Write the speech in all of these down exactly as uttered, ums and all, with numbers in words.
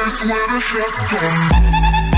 place where the shotgun.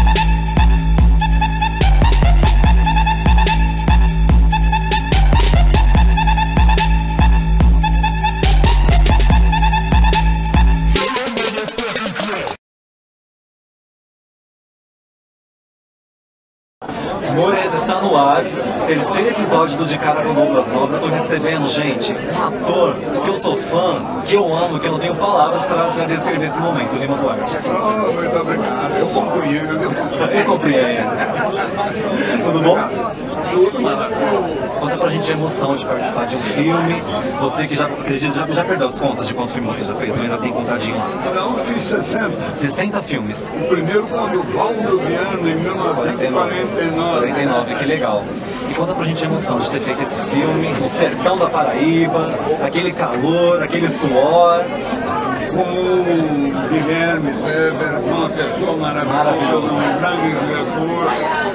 Amores, está no ar, terceiro episódio do De Cara com Douglas Nobre. Eu tô recebendo, gente, um ator que eu sou fã, que eu amo, que eu não tenho palavras para descrever esse momento, Lima Duarte. Oh, muito obrigado, eu compreendo. Eu compreendo. Tudo bom? Tudo maravilhoso. Conta pra gente a emoção de participar de um filme. Você que já, acredito, já, já perdeu as contas de quantos filmes você já fez, ou ainda tem contadinho lá? Não, fiz sessenta. sessenta filmes. O primeiro quando Valdo Viana, em mil novecentos e quarenta e nove. quarenta e nove, que legal. E conta pra gente a emoção de ter feito esse filme no sertão da Paraíba, aquele calor, aquele suor. Com o Guilherme Weber, uma pessoa maravilhosa, um grande diretor.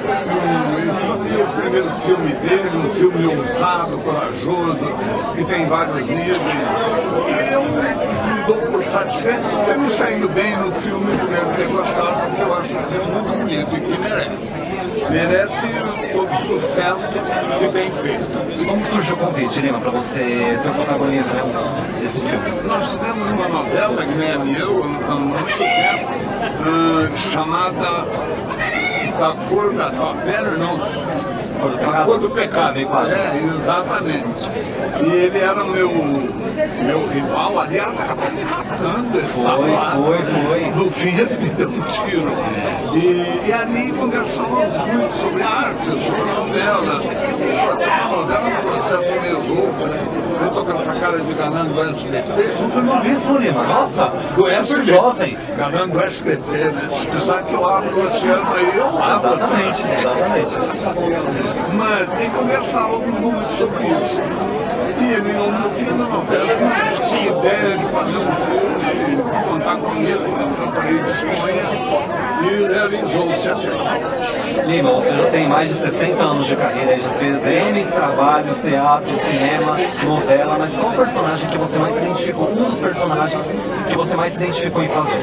E o primeiro filme dele, um filme ousado, corajoso, que tem vários níveis. E eu me dou por satisfeito por ter me saindo bem no filme, por eu ter gostado, porque eu acho que é muito bonito e que merece. Merece todo o sucesso e bem feito. E como surgiu o convite, Lima, para você ser o protagonista, né, desse filme? Nós fizemos uma novela, Guilherme e eu, há muito tempo, uh, chamada Da Cor da Tua Pele, não. A Cor do Pecado. É, exatamente. E ele era meu, meu rival, aliás, acabou me matando esse safado. Foi, foi, foi. No fim ele me deu um tiro. E, e ali conversamos muito sobre arte, sobre novela. A novela é um processo meio louco, né? Eu tô com essa cara de galã do S B T. Super novíssimo, Lima. Nossa, do super jovem. Galã do S B T, né? Se precisar que eu abro o oceano aí, eu abro. Exatamente, exatamente. Mas tem que conversar muito sobre isso. E ele, no fim da novela, ele tinha ideia de fazer um filme, de contar comigo, eu falei, disponha, e realizou-se até. Lima, você já tem mais de sessenta anos de carreira, já fez N trabalhos, teatro, cinema, novela, mas qual personagem que você mais se identificou, um dos personagens que você mais se identificou em fazer?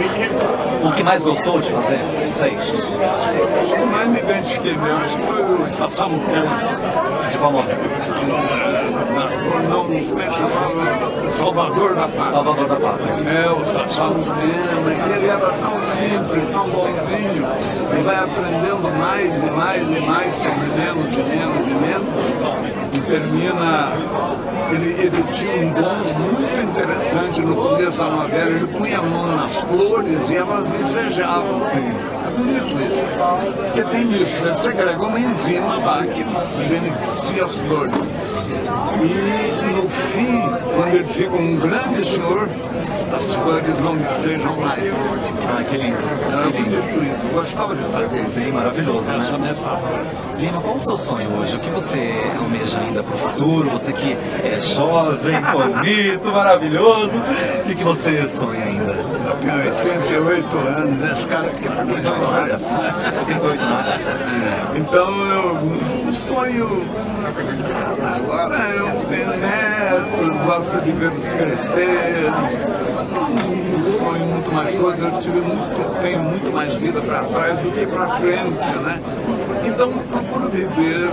O que mais gostou de fazer? Não sei. Acho que mais me identifiquei mesmo, acho que foi o Sassá Mutema. De qual nome? Não, como é que chamava? Salvador da Pátria. Salvador da Pátria. É, o Sassá Mutema, ele era tão simples, tão bonzinho, e vai aprendendo mais e mais e mais, sobre menos e menos e menos, e termina. Ele, ele tinha um dom muito interessante no começo da novela, ele punha a mão nas flores e elas vicejavam. Assim. É bonito isso. Porque tem isso, você segrega uma enzima lá que beneficia as flores. E no fim, quando ele fica um grande senhor, as flores não sejam mais. Ah, que lindo. Era bonito isso, gostava de fazer isso. Sim, maravilhoso, Essa né? metáfora. Lima, qual o seu sonho hoje? O que você almeja ainda para o futuro? Você que é jovem, bonito, maravilhoso, o que, que você sonha ainda? Eu tenho oitenta e oito anos, esse cara aqui é uma história. oitenta e oito nada. Então eu sonho. Agora eu tenho netos, gosto de vê-los crescer. Um sonho muito mais coisa, eu tive muito, tenho muito mais vida para trás do que para frente, né? Então procuro viver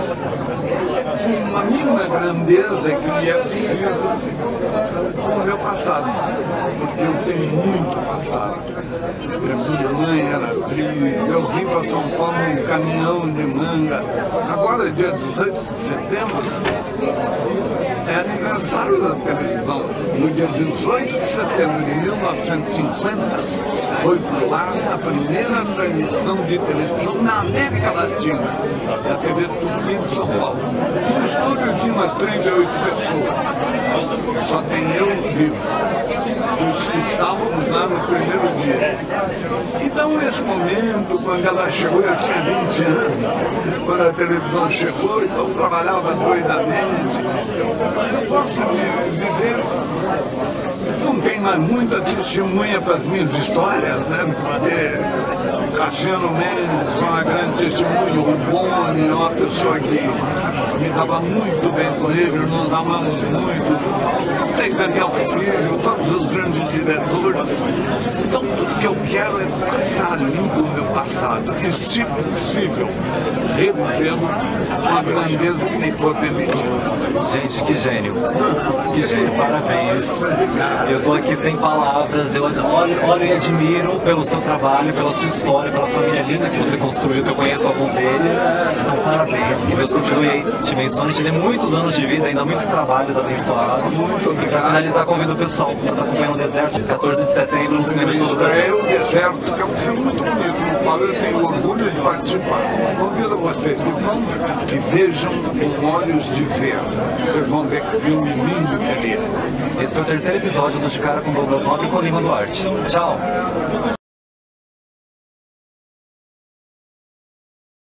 com uma mínima grandeza que me é possível com o meu passado, porque eu tenho muito passado. Minha mãe era atriz, eu vim para São Paulo num caminhão de manga. Agora, dia dezoito de setembro, é aniversário da televisão. No dia dezoito de setembro de mil novecentos e cinquenta, foi pro ar a primeira transmissão de televisão na América Latina, da T V Tupi de São Paulo. No estúdio tinha umas trinta e oito pessoas, só tem eu vivo, os que estávamos lá no primeiro dia. Então, esse momento, quando ela chegou, eu tinha vinte anos, quando a televisão chegou, então eu trabalhava doidamente. Eu posso viver, não tem tem mais muita testemunha para as minhas histórias, né? Porque Cassiano Mendes foi uma grande testemunha, o Boni é uma pessoa que me dava muito bem com ele, nós amamos muito. Tem Daniel Filho, todos os grandes diretores. Então tudo que eu quero é passar limpo o meu passado e, se possível, revivê-lo com a grandeza que me for permitida. Gente, que gênio. Que gênio, parabéns. Eu tô aqui sem palavras, eu olho, olho e admiro pelo seu trabalho, pela sua história, pela família linda que você construiu, que eu conheço alguns deles. Então, parabéns. Que Deus continue te abençoando e te dê muitos anos de vida, ainda muitos trabalhos abençoados. E pra finalizar, convido o pessoal que está acompanhando o Deserto, quatorze de setembro, no cinema de todo o Brasil. É o Deserto, que é um filme muito bonito, no qual eu tenho orgulho de participar. Convido vocês que vão e vejam com olhos de ver. Vocês vão ver que filme lindo que ele é. Esse foi o terceiro episódio do De Cara com Douglas Nobre e com Lima Duarte. Tchau!